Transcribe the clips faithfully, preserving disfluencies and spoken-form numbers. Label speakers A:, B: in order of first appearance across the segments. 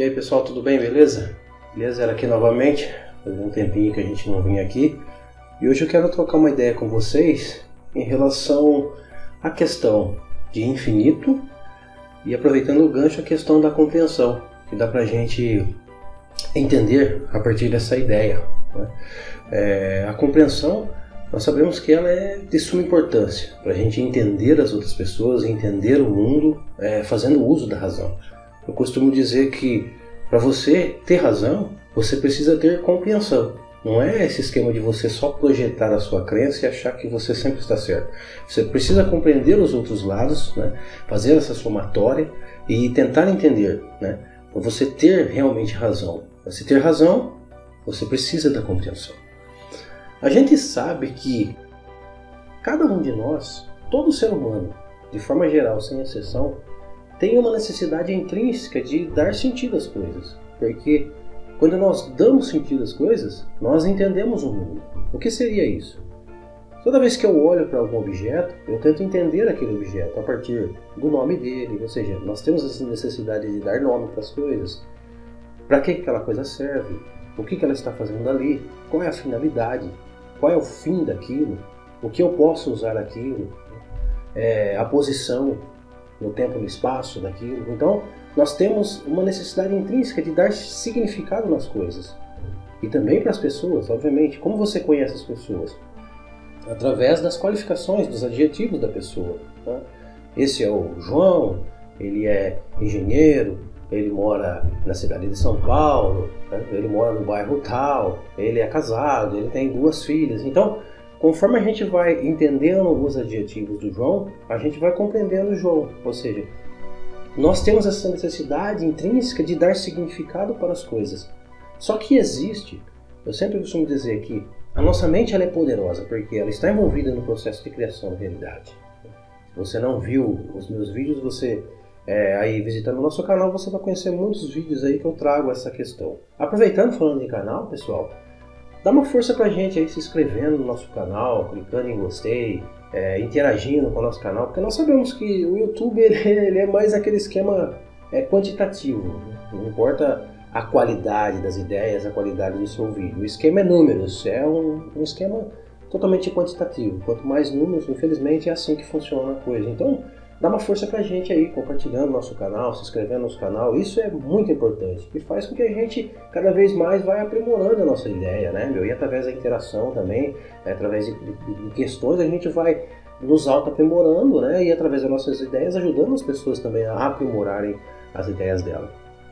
A: E aí pessoal, tudo bem, beleza? Beleza, era aqui novamente, fazia um tempinho que a gente não vinha aqui. E hoje eu quero trocar uma ideia com vocês em relação à questão de infinito e aproveitando o gancho a questão da compreensão, que dá pra gente entender a partir dessa ideia, né? É, a compreensão, nós sabemos que ela é de suma importância para a gente entender as outras pessoas, entender o mundo, é, fazendo uso da razão. Eu costumo dizer que para você ter razão, você precisa ter compreensão. Não é esse esquema de você só projetar a sua crença e achar que você sempre está certo. Você precisa compreender os outros lados, né? Fazer essa somatória e tentar entender, né? Para você ter realmente razão. Para você ter razão, você precisa da compreensão. A gente sabe que cada um de nós, todo ser humano, de forma geral, sem exceção, tem uma necessidade intrínseca de dar sentido às coisas. Porque quando nós damos sentido às coisas, nós entendemos o mundo. O que seria isso? Toda vez que eu olho para algum objeto, eu tento entender aquele objeto a partir do nome dele. Ou seja, nós temos essa necessidade de dar nome para as coisas. Para que aquela coisa serve? O que ela está fazendo ali? Qual é a finalidade? Qual é o fim daquilo? O que eu posso usar aquilo? É, a posição no tempo e no espaço daquilo. Então, nós temos uma necessidade intrínseca de dar significado nas coisas. E também para as pessoas, obviamente. Como você conhece as pessoas? Através das qualificações, dos adjetivos da pessoa. Tá? Esse é o João, ele é engenheiro, ele mora na cidade de São Paulo, né? Ele mora no bairro tal, ele é casado, ele tem duas filhas. Então, conforme a gente vai entendendo os adjetivos do João, a gente vai compreendendo o João. Ou seja, nós temos essa necessidade intrínseca de dar significado para as coisas. Só que existe, eu sempre costumo dizer que a nossa mente ela é poderosa, porque ela está envolvida no processo de criação da realidade. Se você não viu os meus vídeos, você... É, aí visitando o nosso canal você vai conhecer muitos vídeos aí que eu trago essa questão. Aproveitando, falando em canal, pessoal, dá uma força pra gente aí se inscrevendo no nosso canal, clicando em gostei, é, interagindo com o nosso canal, porque nós sabemos que o YouTube ele, ele é mais aquele esquema é, quantitativo, não importa a qualidade das ideias, a qualidade do seu vídeo, o esquema é números, é um, um esquema totalmente quantitativo, quanto mais números, infelizmente é assim que funciona a coisa. Então dá uma força pra gente aí, compartilhando nosso canal, se inscrevendo no nosso canal, isso é muito importante e faz com que a gente cada vez mais vai aprimorando a nossa ideia, né, meu? E através da interação também, né, através de, de, de questões, a gente vai nos auto-aprimorando, né, e através das nossas ideias ajudando as pessoas também a aprimorarem as ideias dela.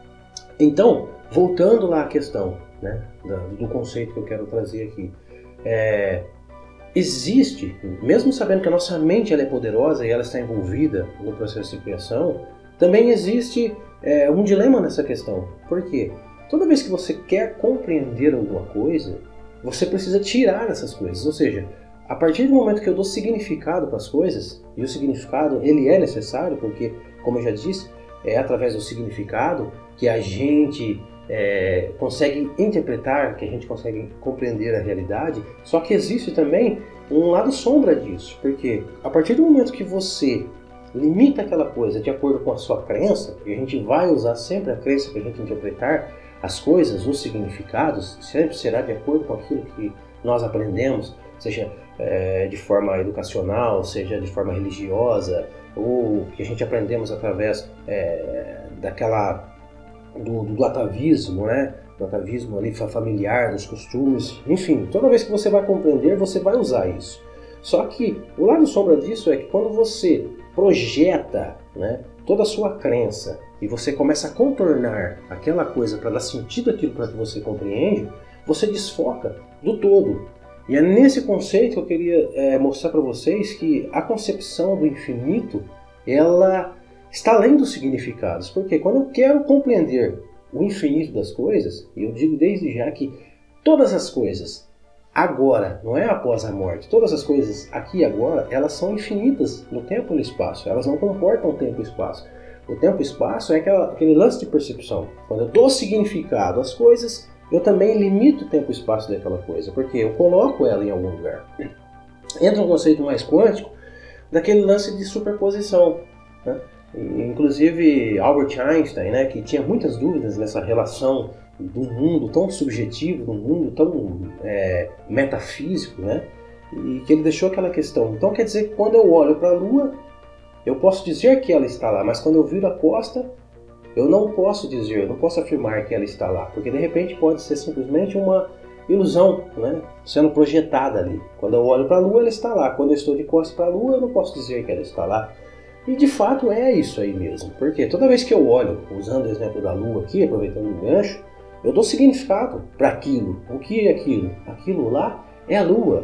A: Então, voltando lá à questão, né, do conceito que eu quero trazer aqui, é... existe, mesmo sabendo que a nossa mente ela é poderosa e ela está envolvida no processo de criação, também existe é, um dilema nessa questão. Por quê? Toda vez que você quer compreender alguma coisa, você precisa tirar essas coisas. Ou seja, a partir do momento que eu dou significado para as coisas, e o significado ele é necessário, porque, como eu já disse, é através do significado que a gente... É, consegue interpretar, que a gente consegue compreender a realidade, só que existe também um lado sombra disso, porque a partir do momento que você limita aquela coisa de acordo com a sua crença, e a gente vai usar sempre a crença para a gente interpretar as coisas, os significados, sempre será de acordo com aquilo que nós aprendemos, seja é, de forma educacional, seja de forma religiosa, ou que a gente aprendemos através é, daquela... Do, do atavismo, né? Do atavismo ali familiar, dos costumes, enfim, toda vez que você vai compreender, você vai usar isso. Só que o lado sombra disso é que quando você projeta, né, toda a sua crença e você começa a contornar aquela coisa para dar sentido àquilo que você compreende, você desfoca do todo. E é nesse conceito que eu queria é, mostrar para vocês que a concepção do infinito, ela... está além dos significados, porque quando eu quero compreender o infinito das coisas, e eu digo desde já que todas as coisas agora, não é após a morte, todas as coisas aqui e agora, elas são infinitas no tempo e no espaço, elas não comportam tempo e espaço. O tempo e espaço é aquela, aquele lance de percepção. Quando eu dou significado às coisas, eu também limito o tempo e espaço daquela coisa, porque eu coloco ela em algum lugar. Entra um conceito mais quântico daquele lance de superposição, né? E, inclusive Albert Einstein, né, que tinha muitas dúvidas nessa relação do mundo tão subjetivo, do mundo tão é, metafísico, né, e que ele deixou aquela questão. Então quer dizer que quando eu olho para a Lua, eu posso dizer que ela está lá, mas quando eu viro a costa, eu não posso dizer, eu não posso afirmar que ela está lá, porque de repente pode ser simplesmente uma ilusão, né, sendo projetada ali. Quando eu olho para a Lua, ela está lá. Quando eu estou de costas para a Lua, eu não posso dizer que ela está lá. E de fato é isso aí mesmo, porque toda vez que eu olho, usando o exemplo da Lua aqui, aproveitando o gancho, eu dou significado para aquilo. O que é aquilo? Aquilo lá é a Lua.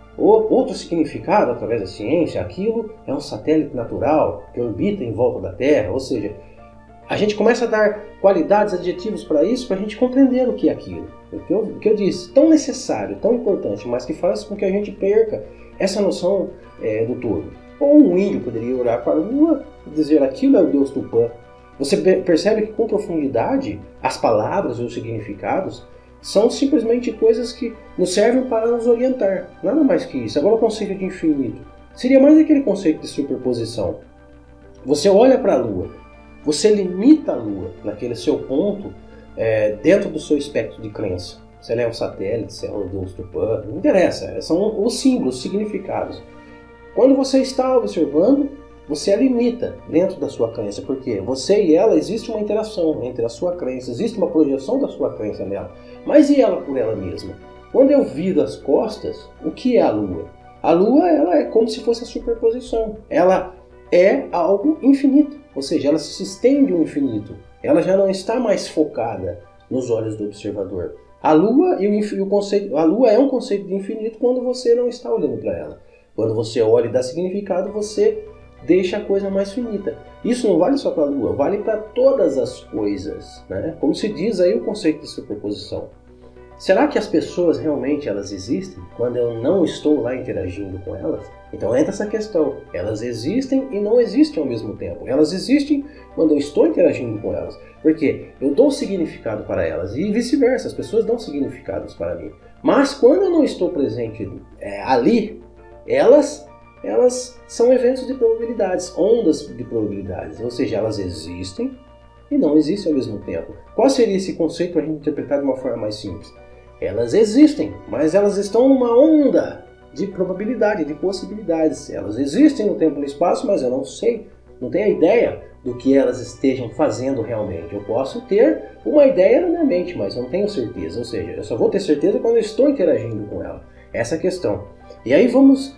A: Outro significado, através da ciência, aquilo é um satélite natural que orbita em volta da Terra, ou seja, a gente começa a dar qualidades, adjetivos para isso, para a gente compreender o que é aquilo. O que, eu, o que eu disse, tão necessário, tão importante, mas que faz com que a gente perca essa noção é, do todo. Ou um índio poderia olhar para a Lua e dizer aquilo é o Deus Tupã. Você percebe que com profundidade as palavras e os significados são simplesmente coisas que nos servem para nos orientar. Nada mais que isso. Agora o conceito de infinito seria mais aquele conceito de superposição. Você olha para a Lua, você limita a Lua naquele seu ponto é, dentro do seu espectro de crença. Se ela é um satélite, se é o Deus Tupã, não interessa. São os símbolos, os significados. Quando você está observando, você a limita dentro da sua crença, porque você e ela existe uma interação entre a sua crença, existe uma projeção da sua crença nela, mas e ela por ela mesma? Quando eu viro as costas, o que é a Lua? A Lua ela é como se fosse a superposição, ela é algo infinito, ou seja, ela se estende ao infinito, ela já não está mais focada nos olhos do observador. A Lua, e o, o conceito, a Lua é um conceito de infinito quando você não está olhando para ela. Quando você olha e dá significado, você deixa a coisa mais finita. Isso não vale só para a Lua, vale para todas as coisas, né? Como se diz aí o conceito de superposição. Será que as pessoas realmente elas existem quando eu não estou lá interagindo com elas? Então entra essa questão. Elas existem e não existem ao mesmo tempo. Elas existem quando eu estou interagindo com elas. Porque eu dou significado para elas e vice-versa. As pessoas dão significados para mim. Mas quando eu não estou presente é, ali, elas, elas são eventos de probabilidades, ondas de probabilidades. Ou seja, elas existem e não existem ao mesmo tempo. Qual seria esse conceito para a gente interpretar de uma forma mais simples? Elas existem, mas elas estão numa onda de probabilidade, de possibilidades. Elas existem no tempo e no espaço, mas eu não sei, não tenho a ideia do que elas estejam fazendo realmente. Eu posso ter uma ideia na minha mente, mas não tenho certeza. Ou seja, eu só vou ter certeza quando eu estou interagindo com ela. Essa é a questão. E aí vamos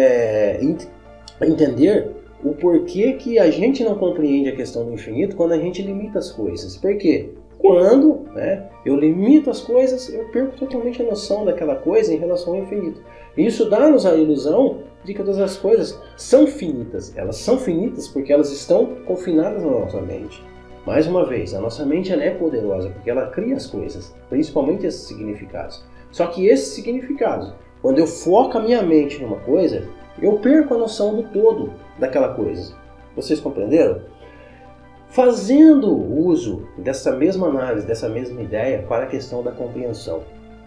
A: é, ent- entender o porquê que a gente não compreende a questão do infinito quando a gente limita as coisas. Por quê? Quando né, eu limito as coisas, eu perco totalmente a noção daquela coisa em relação ao infinito. Isso dá-nos a ilusão de que todas as coisas são finitas. Elas são finitas porque elas estão confinadas na nossa mente. Mais uma vez, a nossa mente ela é poderosa porque ela cria as coisas, principalmente esses significados. Só que esses significados, quando eu foco a minha mente numa coisa, eu perco a noção do todo daquela coisa. Vocês compreenderam? Fazendo uso dessa mesma análise, dessa mesma ideia para a questão da compreensão.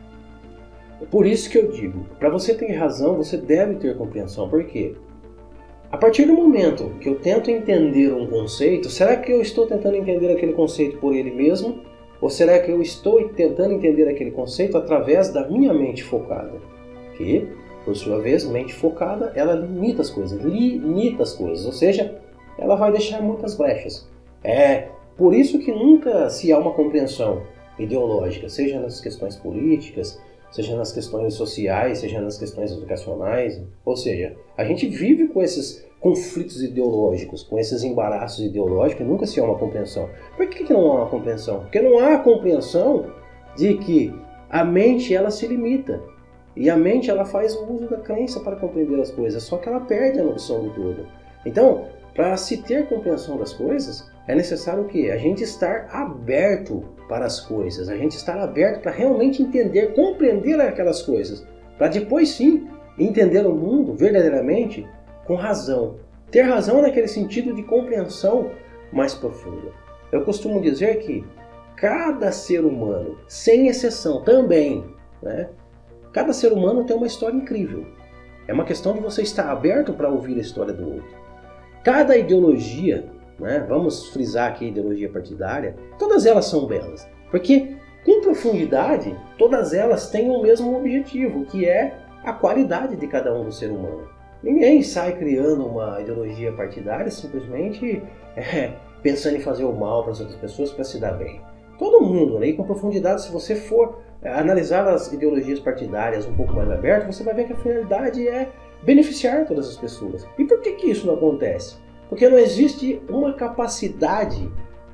A: É por isso que eu digo, para você ter razão, você deve ter compreensão. Por quê? A partir do momento que eu tento entender um conceito, será que eu estou tentando entender aquele conceito por ele mesmo? Ou será que eu estou tentando entender aquele conceito através da minha mente focada? Que, por sua vez, mente focada, ela limita as coisas, limita as coisas, ou seja, ela vai deixar muitas brechas. É por isso que nunca se há uma compreensão ideológica, seja nas questões políticas, seja nas questões sociais, seja nas questões educacionais. Ou seja, a gente vive com esses conflitos ideológicos, com esses embaraços ideológicos e nunca se há uma compreensão. Por que, que não há uma compreensão? Porque não há a compreensão de que a mente ela se limita. E a mente ela faz o uso da crença para compreender as coisas, só que ela perde a noção do todo. Então, para se ter compreensão das coisas, é necessário o quê? A gente estar aberto para as coisas, a gente estar aberto para realmente entender, compreender aquelas coisas, para depois sim entender o mundo verdadeiramente com razão. Ter razão naquele sentido de compreensão mais profunda. Eu costumo dizer que cada ser humano, sem exceção também, né? Cada ser humano tem uma história incrível. É uma questão de você estar aberto para ouvir a história do outro. Cada ideologia né? Vamos frisar aqui a ideologia partidária, todas elas são belas, porque com profundidade todas elas têm o mesmo objetivo, que é a qualidade de cada um do ser humano. Ninguém sai criando uma ideologia partidária simplesmente é, pensando em fazer o mal para as outras pessoas para se dar bem. Todo mundo, né? E com profundidade, se você for é, analisar as ideologias partidárias um pouco mais aberto, você vai ver que a finalidade é beneficiar todas as pessoas. E por que que isso não acontece? Porque não existe uma capacidade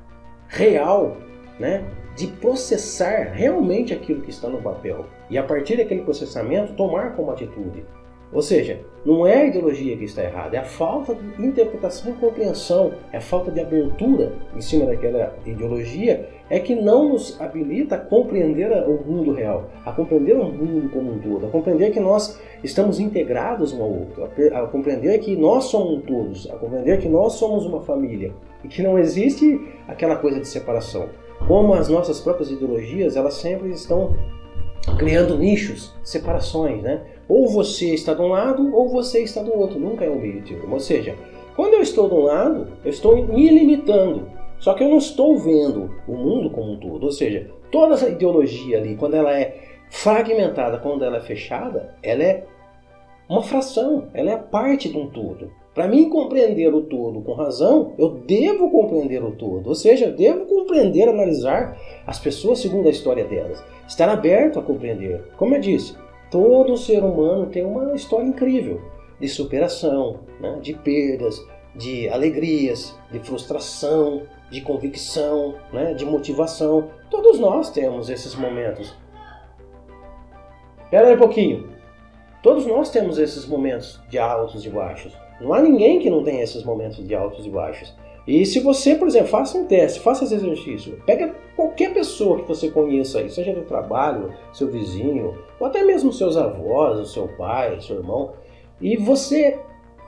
A: real, né, de processar realmente aquilo que está no papel e a partir daquele processamento tomar como atitude. Ou seja, não é a ideologia que está errada, é a falta de interpretação e compreensão, é a falta de abertura em cima daquela ideologia é que não nos habilita a compreender o mundo real, a compreender o mundo como um todo, a compreender que nós estamos integrados um ao outro, a compreender que nós somos todos, a compreender que nós somos uma família e que não existe aquela coisa de separação. Como as nossas próprias ideologias, elas sempre estão criando nichos, separações, né? Ou você está de um lado ou você está do outro, nunca é um meio termo. Ou seja, quando eu estou de um lado, eu estou me limitando, só que eu não estou vendo o mundo como um todo. Ou seja, toda essa ideologia ali, quando ela é fragmentada, quando ela é fechada, ela é uma fração, ela é parte de um todo. Para mim compreender o todo com razão, eu devo compreender o todo. Ou seja, eu devo compreender, analisar as pessoas segundo a história delas. Estar aberto a compreender. Como eu disse, todo ser humano tem uma história incrível de superação, né? De perdas, de alegrias, de frustração, de convicção, né? De motivação. Todos nós temos esses momentos. Espera aí um pouquinho. Todos nós temos esses momentos de altos e baixos. Não há ninguém que não tenha esses momentos de altos e baixos. E se você, por exemplo, faça um teste, faça esse exercício, pega qualquer pessoa que você conheça aí, seja do trabalho, seu vizinho, ou até mesmo seus avós, o seu pai, seu irmão, e você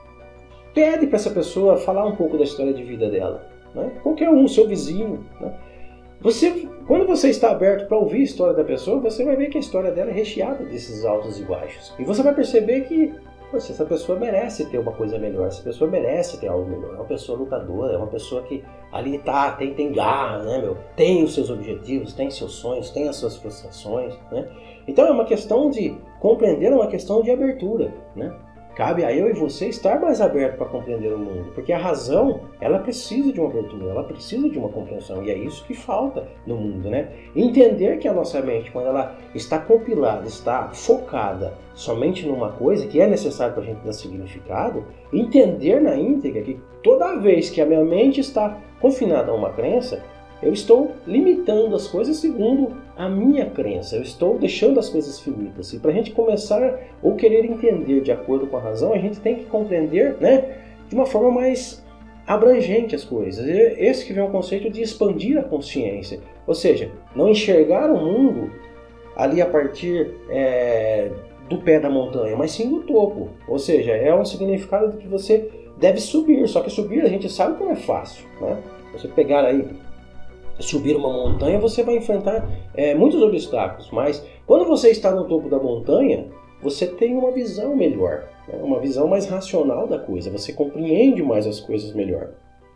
A: pede para essa pessoa falar um pouco da história de vida dela, né? Qualquer um, seu vizinho, né? Você, quando você está aberto para ouvir a história da pessoa, você vai ver que a história dela é recheada desses altos e baixos. E você vai perceber que poxa, essa pessoa merece ter uma coisa melhor, essa pessoa merece ter algo melhor, é uma pessoa lutadora, é uma pessoa que ali tá, tem, tem garra, né, meu? Tem os seus objetivos, tem seus sonhos, tem as suas frustrações, né? Então é uma questão de compreender, é uma questão de abertura, né? Cabe a eu e você estar mais aberto para compreender o mundo, porque a razão, ela precisa de uma abertura, ela precisa de uma compreensão, e é isso que falta no mundo, né? Entender que a nossa mente, quando ela está compilada, está focada somente numa coisa que é necessário para a gente dar significado, entender na íntegra que toda vez que a minha mente está confinada a uma crença, eu estou limitando as coisas segundo a minha crença, eu estou deixando as coisas finitas. E para a gente começar ou querer entender de acordo com a razão, a gente tem que compreender, né, de uma forma mais abrangente as coisas. Esse que vem o conceito de expandir a consciência, ou seja, não enxergar o mundo ali a partir é, do pé da montanha, mas sim do topo. Ou seja, é um significado de que você deve subir, só que subir a gente sabe que não é fácil, né? Você pegar aí subir uma montanha, você vai enfrentar é, muitos obstáculos, mas quando você está no topo da montanha, você tem uma visão melhor, né? Uma visão mais racional da coisa, você compreende mais as coisas melhor.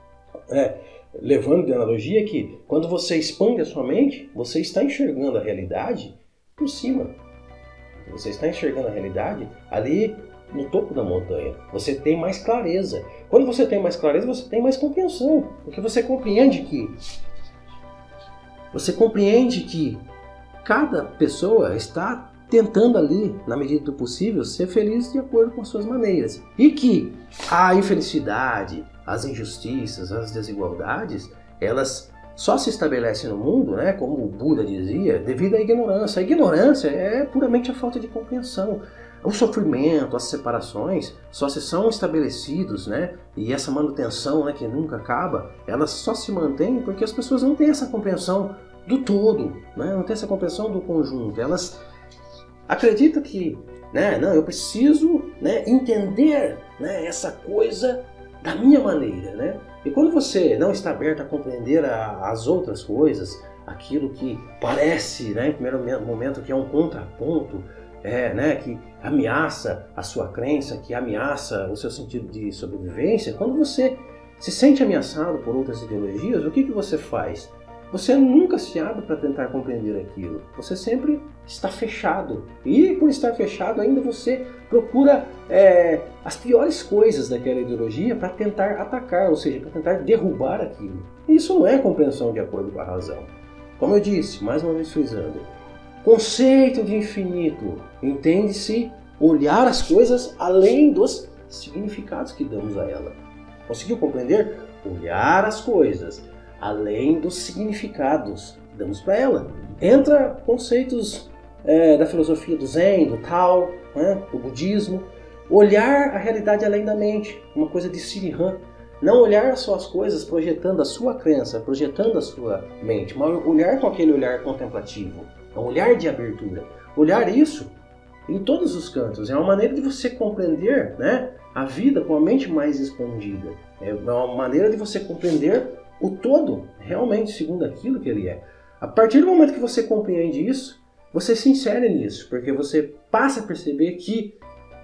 A: É, levando de analogia que quando você expande a sua mente, você está enxergando a realidade por cima. Você está enxergando a realidade ali no topo da montanha. Você tem mais clareza. Quando você tem mais clareza, você tem mais compreensão, porque você compreende que Você compreende que cada pessoa está tentando ali, na medida do possível, ser feliz de acordo com as suas maneiras. E que a infelicidade, as injustiças, as desigualdades, elas só se estabelecem no mundo, né, como o Buda dizia, devido à ignorância. A ignorância é puramente a falta de compreensão. O sofrimento, as separações só se são estabelecidos, né? E essa manutenção, né, que nunca acaba, ela só se mantém porque as pessoas não têm essa compreensão do todo, né? Não têm essa compreensão do conjunto. Elas acreditam que, né, não, eu preciso, né, entender, né, essa coisa da minha maneira, né? E quando você não está aberto a compreender a, as outras coisas, aquilo que parece, né, em primeiro momento, que é um contraponto, É, né, que ameaça a sua crença, que ameaça o seu sentido de sobrevivência, quando você se sente ameaçado por outras ideologias, o que, que você faz? Você nunca se abre para tentar compreender aquilo. Você sempre está fechado. E por estar fechado ainda você procura é, as piores coisas daquela ideologia para tentar atacar, ou seja, para tentar derrubar aquilo. E isso não é compreensão de acordo com a razão. Como eu disse, mais uma vez frisando, conceito de infinito entende-se olhar as coisas além dos significados que damos a ela. Conseguiu compreender? Olhar as coisas além dos significados que damos para ela. Entra conceitos é, da filosofia do Zen, do Tao, né, do budismo. Olhar a realidade além da mente, uma coisa de Sirihan. Não olhar só as coisas projetando a sua crença, projetando a sua mente, mas olhar com aquele olhar contemplativo, é um olhar de abertura. Olhar isso em todos os cantos, é uma maneira de você compreender, né, a vida com a mente mais expandida. É uma maneira de você compreender o todo, realmente, segundo aquilo que ele é. A partir do momento que você compreende isso, você se insere nisso, porque você passa a perceber que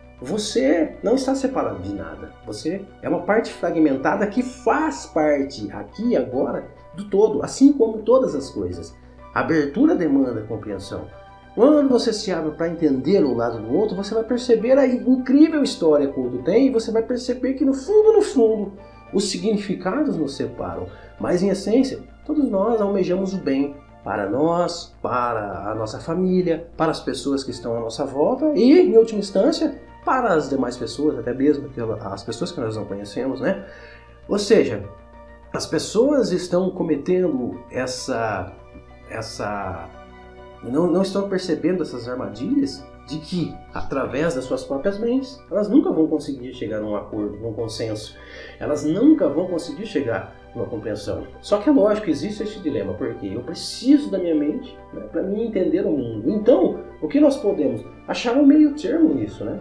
A: você não está separado de nada. Você é uma parte fragmentada que faz parte, aqui e agora, do todo, assim como todas as coisas. A abertura demanda compreensão. Quando você se abre para entender o lado do outro, você vai perceber a incrível história que o outro tem e você vai perceber que no fundo, no fundo, os significados nos separam. Mas em essência, todos nós almejamos o bem para nós, para a nossa família, para as pessoas que estão à nossa volta e, em última instância, para as demais pessoas, até mesmo as pessoas que nós não conhecemos, né? Ou seja, as pessoas estão cometendo essa... essa não, não estão percebendo essas armadilhas de que, através das suas próprias mentes, elas nunca vão conseguir chegar num acordo, num consenso. Elas nunca vão conseguir chegar numa compreensão. Só que é lógico que existe esse dilema, porque eu preciso da minha mente, né, para mim entender o mundo. Então, o que nós podemos? Achar um meio termo nisso, né?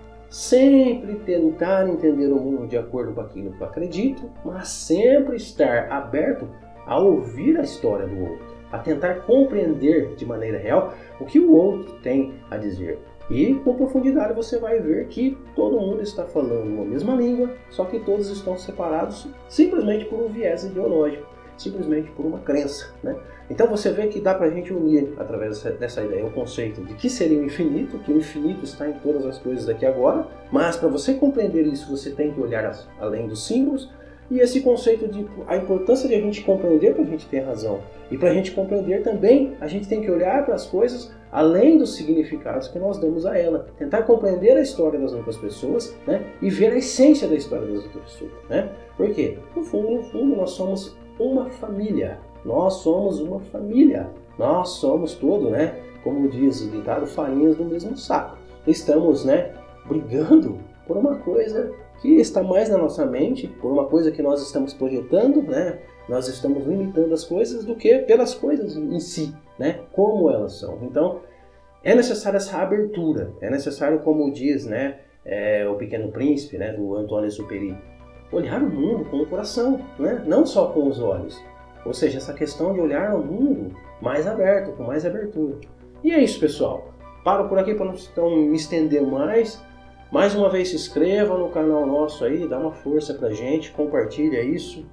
A: Sempre tentar entender o mundo de acordo com aquilo que eu acredito, mas sempre estar aberto a ouvir a história do outro, a tentar compreender de maneira real o que o outro tem a dizer. E com profundidade você vai ver que todo mundo está falando a mesma língua, só que todos estão separados simplesmente por um viés ideológico, simplesmente por uma crença, né? Então você vê que dá para a gente unir, através dessa ideia, o conceito de que seria o infinito, que o infinito está em todas as coisas daqui agora, mas para você compreender isso você tem que olhar as, além dos símbolos, e esse conceito de a importância de a gente compreender para a gente ter razão. E para a gente compreender também, a gente tem que olhar para as coisas além dos significados que nós damos a ela. Tentar compreender a história das outras pessoas, né? E ver a essência da história das outras pessoas, né? Por quê? No fundo, no fundo, nós somos uma família. Nós somos uma família. Nós somos todo, né? Como diz o ditado, farinhas do mesmo saco. Estamos, né, brigando por uma coisa que está mais na nossa mente, por uma coisa que nós estamos projetando, né? Nós estamos limitando as coisas do que pelas coisas em si, né? Como elas são. Então, é necessária essa abertura, é necessário, como diz, né, é, o Pequeno Príncipe, né, do Antoine Exupéry, olhar o mundo com o coração, né? Não só com os olhos. Ou seja, essa questão de olhar o mundo mais aberto, com mais abertura. E é isso, pessoal. Paro por aqui para não me estender mais. Mais uma vez se inscreva no canal nosso aí, dá uma força pra gente, compartilha isso.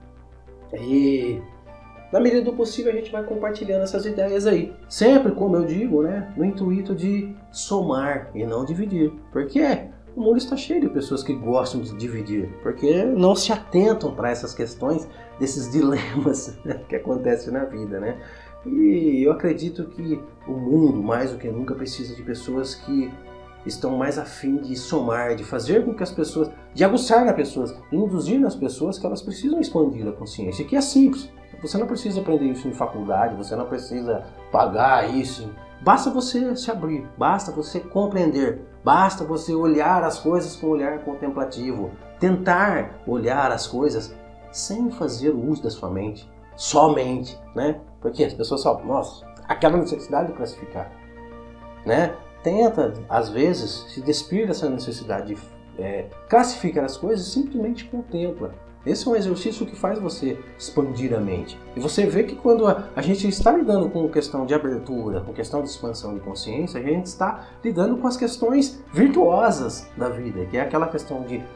A: E na medida do possível a gente vai compartilhando essas ideias aí. Sempre, como eu digo, né, no intuito de somar e não dividir. Porque o mundo está cheio de pessoas que gostam de dividir, porque não se atentam para essas questões, desses dilemas que acontecem na vida, né? E eu acredito que o mundo, mais do que nunca, precisa de pessoas que estão mais afim de somar, de fazer com que as pessoas, de aguçar nas pessoas, induzir nas pessoas que elas precisam expandir a consciência, que é simples. Você não precisa aprender isso em faculdade, você não precisa pagar isso. Basta você se abrir, basta você compreender, basta você olhar as coisas com um olhar contemplativo, tentar olhar as coisas sem fazer uso da sua mente, somente, né? Porque as pessoas falam, nossa, aquela necessidade de classificar, né? Tenta, às vezes, se despir dessa necessidade de é, classificar as coisas, simplesmente contempla. Esse é um exercício que faz você expandir a mente. E você vê que quando a, a gente está lidando com questão de abertura, com questão de expansão de consciência, a gente está lidando com as questões virtuosas da vida, que é aquela questão de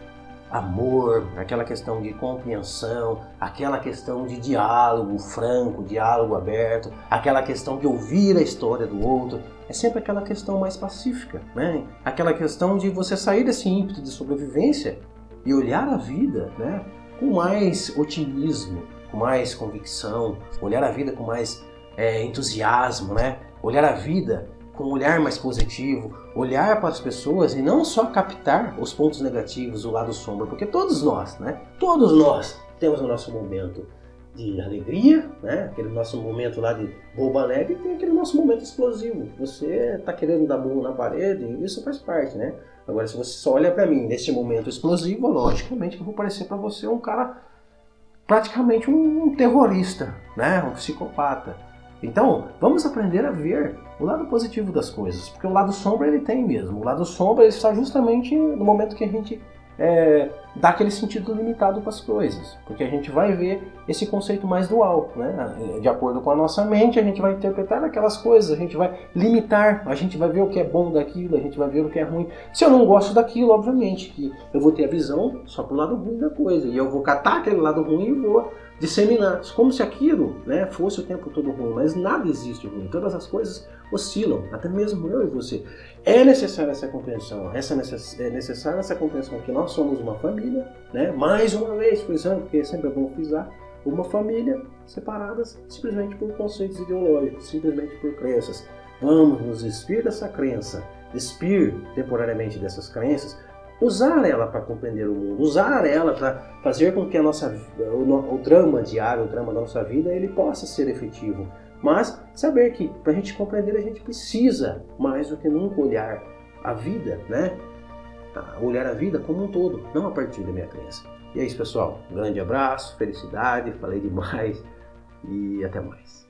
A: amor, aquela questão de compreensão, aquela questão de diálogo franco, diálogo aberto, aquela questão de ouvir a história do outro, é sempre aquela questão mais pacífica, né? Aquela questão de você sair desse ímpeto de sobrevivência e olhar a vida, né, com mais otimismo, com mais convicção, olhar a vida com mais é, entusiasmo, né? Olhar a vida com um olhar mais positivo, olhar para as pessoas e não só captar os pontos negativos, o lado sombra, porque todos nós, né? Todos nós temos o nosso momento de alegria, né? Aquele nosso momento lá de boba alegre, e tem aquele nosso momento explosivo. Você está querendo dar burro na parede, isso faz parte, né? Agora, se você só olha para mim nesse momento explosivo, logicamente que eu vou parecer para você um cara praticamente um terrorista, né? Um psicopata. Então, vamos aprender a ver o lado positivo das coisas, porque o lado sombra ele tem mesmo. O lado sombra ele está justamente no momento que a gente é, dá aquele sentido limitado para as coisas, porque a gente vai ver esse conceito mais dual, né? De acordo com a nossa mente, a gente vai interpretar aquelas coisas, a gente vai limitar, a gente vai ver o que é bom daquilo, a gente vai ver o que é ruim. Se eu não gosto daquilo, obviamente que eu vou ter a visão só para o lado ruim da coisa, e eu vou catar aquele lado ruim e vou disseminar, como se aquilo, né, fosse o tempo todo ruim, mas nada existe ruim, todas as coisas oscilam, até mesmo eu e você. É necessária essa compreensão, essa necess... é necessária essa compreensão que nós somos uma família, né, mais uma vez, por exemplo, porque sempre é bom frisar, uma família separadas simplesmente por conceitos ideológicos, simplesmente por crenças. Vamos nos despir dessa crença, despir temporariamente dessas crenças, usar ela para compreender o mundo, usar ela para fazer com que a nossa, o, o drama diário, o drama da nossa vida, ele possa ser efetivo. Mas saber que para a gente compreender a gente precisa mais do que nunca olhar a vida, né? Olhar a vida como um todo, não a partir da minha crença. E é isso, pessoal. Um grande abraço, felicidade, falei demais e até mais.